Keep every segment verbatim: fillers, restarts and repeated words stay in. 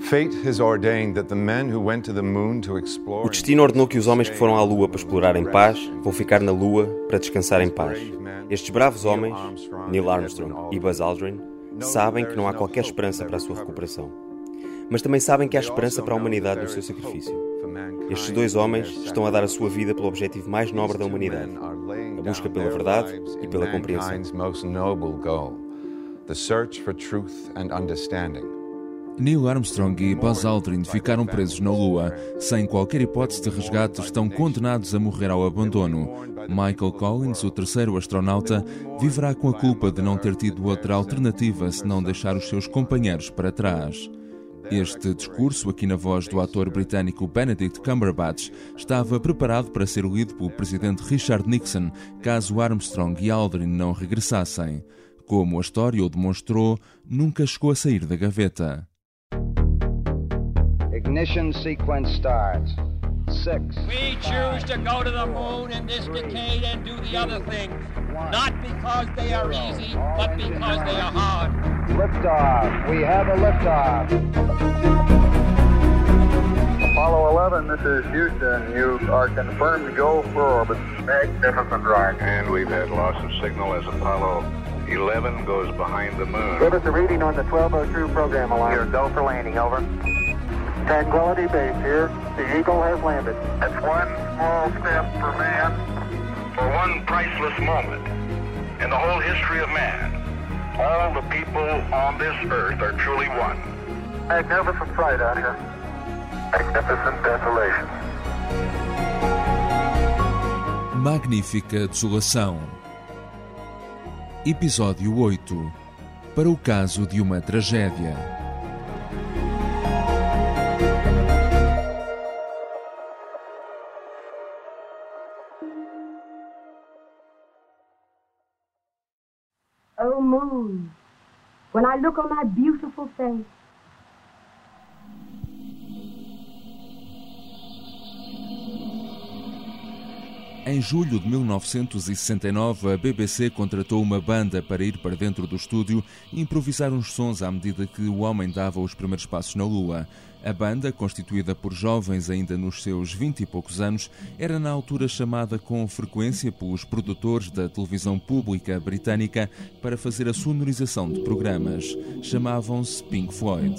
O destino ordenou que os homens que foram à Lua para explorar em paz vão ficar na Lua para descansar em paz. Estes bravos homens, Neil Armstrong e Buzz Aldrin, sabem que não há qualquer esperança para a sua recuperação. Mas também sabem que há esperança para a humanidade no seu sacrifício. Estes dois homens estão a dar a sua vida pelo objetivo mais nobre da humanidade, a busca pela verdade e pela compreensão. Neil Armstrong e Buzz Aldrin ficaram presos na Lua. Sem qualquer hipótese de resgate, estão condenados a morrer ao abandono. Michael Collins, o terceiro astronauta, viverá com a culpa de não ter tido outra alternativa senão deixar os seus companheiros para trás. Este discurso, aqui na voz do ator britânico Benedict Cumberbatch, estava preparado para ser lido pelo presidente Richard Nixon caso Armstrong e Aldrin não regressassem. Como a história o demonstrou, nunca chegou a sair da gaveta. Ignition sequence starts. Six. We choose to go to the moon in this decade and do the other things, not because they are easy, but because they are hard. Liftoff. We have a liftoff. Apollo eleven, this is Houston. You are confirmed to go for orbit. Magnificent ride. And we've had loss of signal as Apollo eleven goes behind the moon. Give us a reading on the twelve oh two program alarm. Here, go for landing, over. Tranquility Base here. The Eagle has landed. That's one small step for man, for one priceless moment in the whole history of man. All the people on this earth are truly one. Magnificent sight out here. Magnificent desolation. Magnífica desolação. Episódio oito. Para o caso de uma tragédia. Oh, moon, when I look on thy beautiful face, Em julho de mil novecentos e sessenta e nove, a B B C contratou uma banda para ir para dentro do estúdio e improvisar uns sons à medida que o homem dava os primeiros passos na Lua. A banda, constituída por jovens ainda nos seus vinte e poucos anos, era na altura chamada com frequência pelos produtores da televisão pública britânica para fazer a sonorização de programas. Chamavam-se Pink Floyd.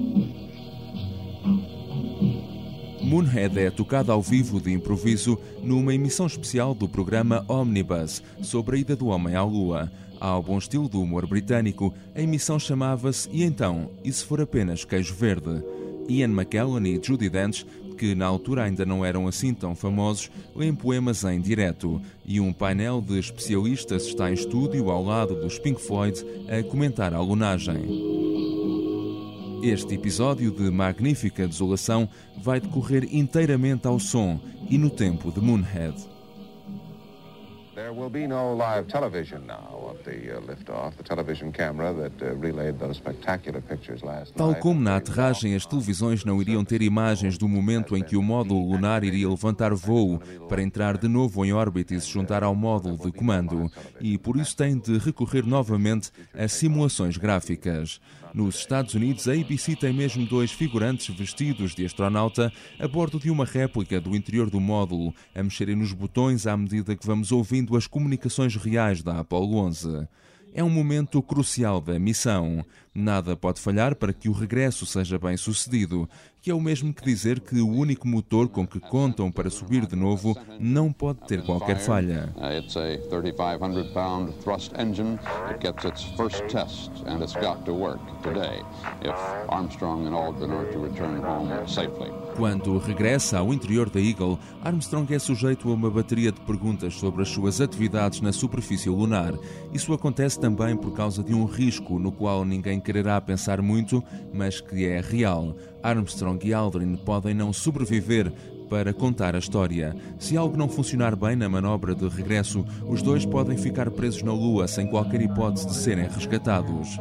Moonhead é tocada ao vivo de improviso numa emissão especial do programa Omnibus sobre a ida do homem à Lua. Ao bom estilo do humor britânico, a emissão chamava-se E então, e se for apenas queijo verde? Ian McKellen e Judi Dench, que na altura ainda não eram assim tão famosos, leem poemas em direto, e um painel de especialistas está em estúdio ao lado dos Pink Floyd a comentar a lunagem. Este episódio de Magnífica Desolação vai decorrer inteiramente ao som e no tempo de Moonhead. There will be no live television now of the uh, liftoff, the television camera that uh, relayed those spectacular pictures last night. Tal como na aterragem, as televisões não iriam ter imagens do momento em que o módulo lunar iria levantar voo para entrar de novo em órbita e se juntar ao módulo de comando, e por isso tem de recorrer novamente a simulações gráficas. Nos Estados Unidos, a A B C tem mesmo dois figurantes vestidos de astronauta a bordo de uma réplica do interior do módulo, a mexerem nos botões à medida que vamos ouvindo as comunicações reais da Apollo onze. É um momento crucial da missão. Nada pode falhar para que o regresso seja bem sucedido, que é o mesmo que dizer que o único motor com que contam para subir de novo não pode ter qualquer falha. It's a thirty-five hundred pound thrust engine. It gets its first test and it's got to work today if Armstrong and Aldrin are to return home safely. Quando regressa ao interior da Eagle, Armstrong é sujeito a uma bateria de perguntas sobre as suas atividades na superfície lunar. Isso acontece também por causa de um risco no qual ninguém quererá pensar muito, mas que é real. Armstrong e Aldrin podem não sobreviver para contar a história. Se algo não funcionar bem na manobra de regresso, os dois podem ficar presos na Lua sem qualquer hipótese de serem resgatados.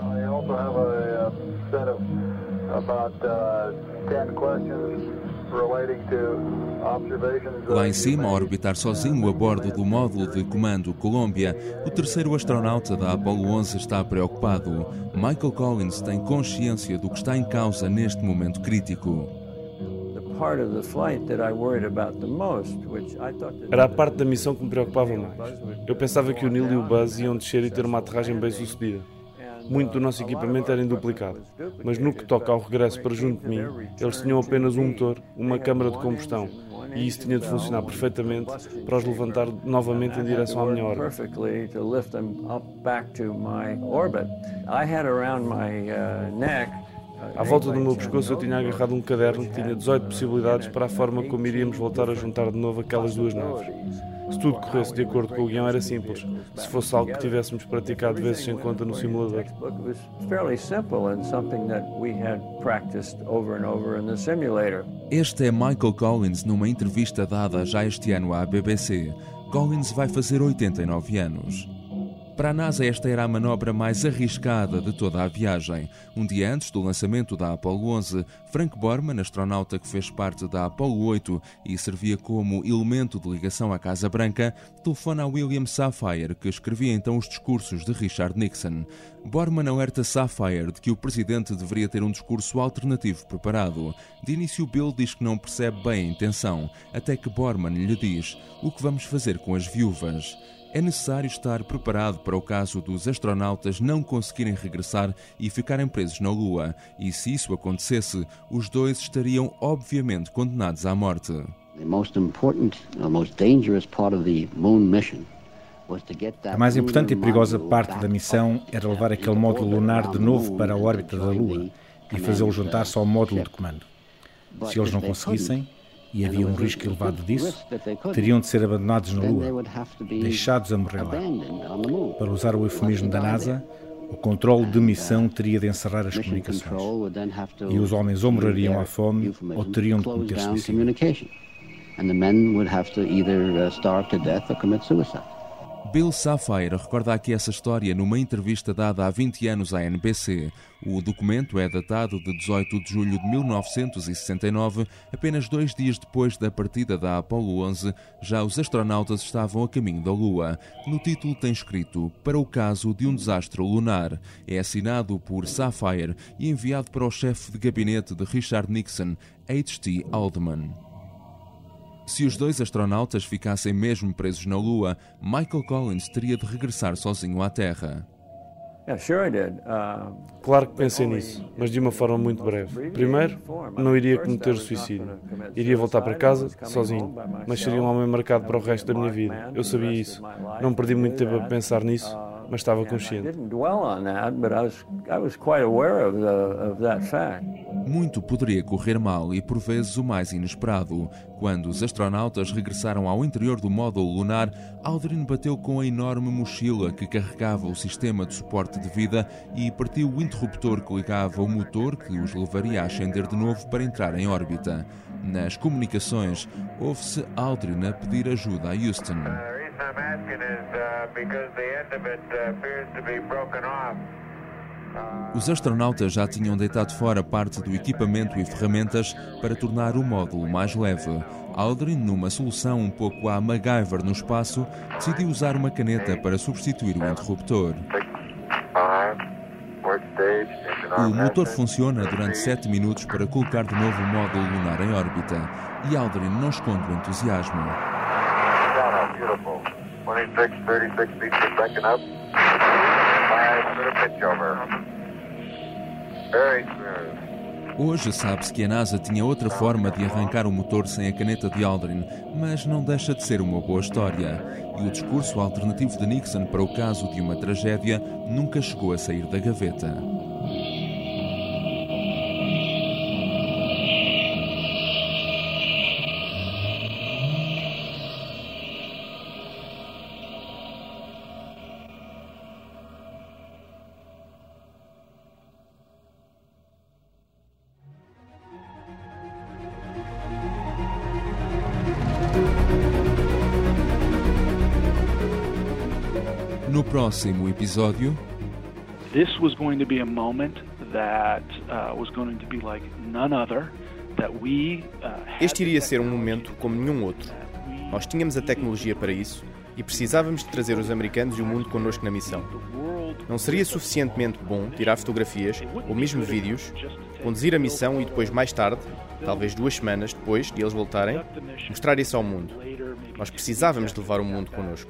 Lá em cima, a orbitar sozinho a bordo do módulo de comando Columbia, o terceiro astronauta da Apollo onze está preocupado. Michael Collins tem consciência do que está em causa neste momento crítico. Era a parte da missão que me preocupava mais. Eu pensava que o Neil e o Buzz iam descer e ter uma aterragem bem sucedida. Muito do nosso equipamento era induplicado, mas no que toca ao regresso para junto de mim, eles tinham apenas um motor, uma câmara de combustão, e isso tinha de funcionar perfeitamente para os levantar novamente em direção à minha órbita. À volta do meu pescoço eu tinha agarrado um caderno que tinha dezoito possibilidades para a forma como iríamos voltar a juntar de novo aquelas duas naves. Se tudo corresse de acordo com o guião era simples, se fosse algo que tivéssemos praticado vezes sem conta no simulador. Este é Michael Collins numa entrevista dada já este ano à B B C. Collins vai fazer oitenta e nove anos. Para a NASA, esta era a manobra mais arriscada de toda a viagem. Um dia antes do lançamento da Apollo onze, Frank Borman, astronauta que fez parte da Apollo oito e servia como elemento de ligação à Casa Branca, telefona a William Safire, que escrevia então os discursos de Richard Nixon. Borman alerta Safire de que o presidente deveria ter um discurso alternativo preparado. De início, Bill diz que não percebe bem a intenção, até que Borman lhe diz: "O que vamos fazer com as viúvas?" É necessário estar preparado para o caso dos astronautas não conseguirem regressar e ficarem presos na Lua, e se isso acontecesse, os dois estariam obviamente condenados à morte. A mais importante e perigosa parte da missão era levar aquele módulo lunar de novo para a órbita da Lua e fazê-lo juntar-se ao módulo de comando. Se eles não conseguissem, e havia um risco elevado disso, teriam de ser abandonados na Lua, deixados a morrer lá. Para usar o eufemismo da NASA, o controle de missão teria de encerrar as comunicações. E os homens ou morreriam à fome ou teriam de cometer suicídio. Bill Safire recorda aqui essa história numa entrevista dada há vinte anos à N B C. O documento é datado de dezoito de julho de mil novecentos e sessenta e nove, apenas dois dias depois da partida da Apollo onze, já os astronautas estavam a caminho da Lua. No título tem escrito: "Para o caso de um desastre lunar". É assinado por Safire e enviado para o chefe de gabinete de Richard Nixon, H T Haldeman. Se os dois astronautas ficassem mesmo presos na Lua, Michael Collins teria de regressar sozinho à Terra. Claro que pensei nisso, mas de uma forma muito breve. Primeiro, não iria cometer suicídio. Iria voltar para casa, sozinho, mas seria um homem marcado para o resto da minha vida. Eu sabia isso. Não perdi muito tempo a pensar nisso, mas estava consciente. Muito poderia correr mal e, por vezes, o mais inesperado. Quando os astronautas regressaram ao interior do módulo lunar, Aldrin bateu com a enorme mochila que carregava o sistema de suporte de vida e partiu o interruptor que ligava o motor que os levaria a ascender de novo para entrar em órbita. Nas comunicações, ouve-se Aldrin a pedir ajuda a Houston. Os astronautas já tinham deitado fora parte do equipamento e ferramentas para tornar o módulo mais leve. Aldrin, numa solução um pouco à MacGyver no espaço, decidiu usar uma caneta para substituir o interruptor. O motor funciona durante sete minutos para colocar de novo o módulo lunar em órbita, e Aldrin não esconde o entusiasmo. Hoje sabe-se que a NASA tinha outra forma de arrancar o motor sem a caneta de Aldrin, mas não deixa de ser uma boa história. E o discurso alternativo de Nixon para o caso de uma tragédia nunca chegou a sair da gaveta. No próximo episódio, This was going to be a moment that uh, was going to be like none other Este iria ser um momento como nenhum outro. Nós tínhamos a tecnologia para isso e precisávamos de trazer os americanos e o mundo connosco na missão. Não seria suficientemente bom tirar fotografias ou mesmo vídeos, conduzir a missão e depois, mais tarde, talvez duas semanas depois de eles voltarem, mostrar isso ao mundo. Nós precisávamos de levar o mundo connosco.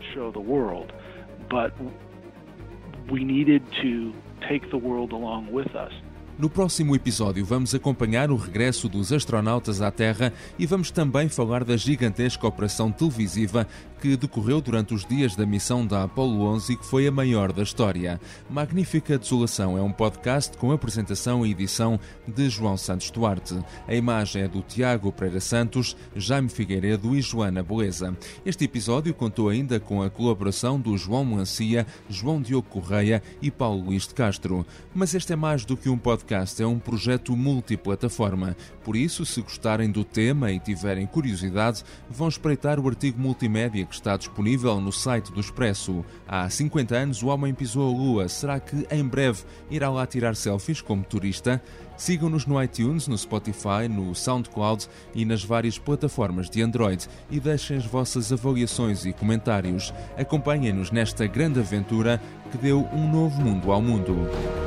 No próximo episódio vamos acompanhar o regresso dos astronautas à Terra e vamos também falar da gigantesca operação televisiva que decorreu durante os dias da missão da Apollo onze e que foi a maior da história. Magnífica Desolação é um podcast com apresentação e edição de João Santos Duarte. A imagem é do Tiago Pereira Santos, Jaime Figueiredo e Joana Beleza. Este episódio contou ainda com a colaboração do João Melancia, João Diogo Correia e Paulo Luís de Castro. Mas este é mais do que um podcast, é um projeto multiplataforma. Por isso, se gostarem do tema e tiverem curiosidade, vão espreitar o artigo multimédia que está disponível no site do Expresso. Há cinquenta anos o homem pisou a Lua. Será que em breve irá lá tirar selfies como turista? Sigam-nos no iTunes, no Spotify, no SoundCloud e nas várias plataformas de Android e deixem as vossas avaliações e comentários. Acompanhem-nos nesta grande aventura que deu um novo mundo ao mundo.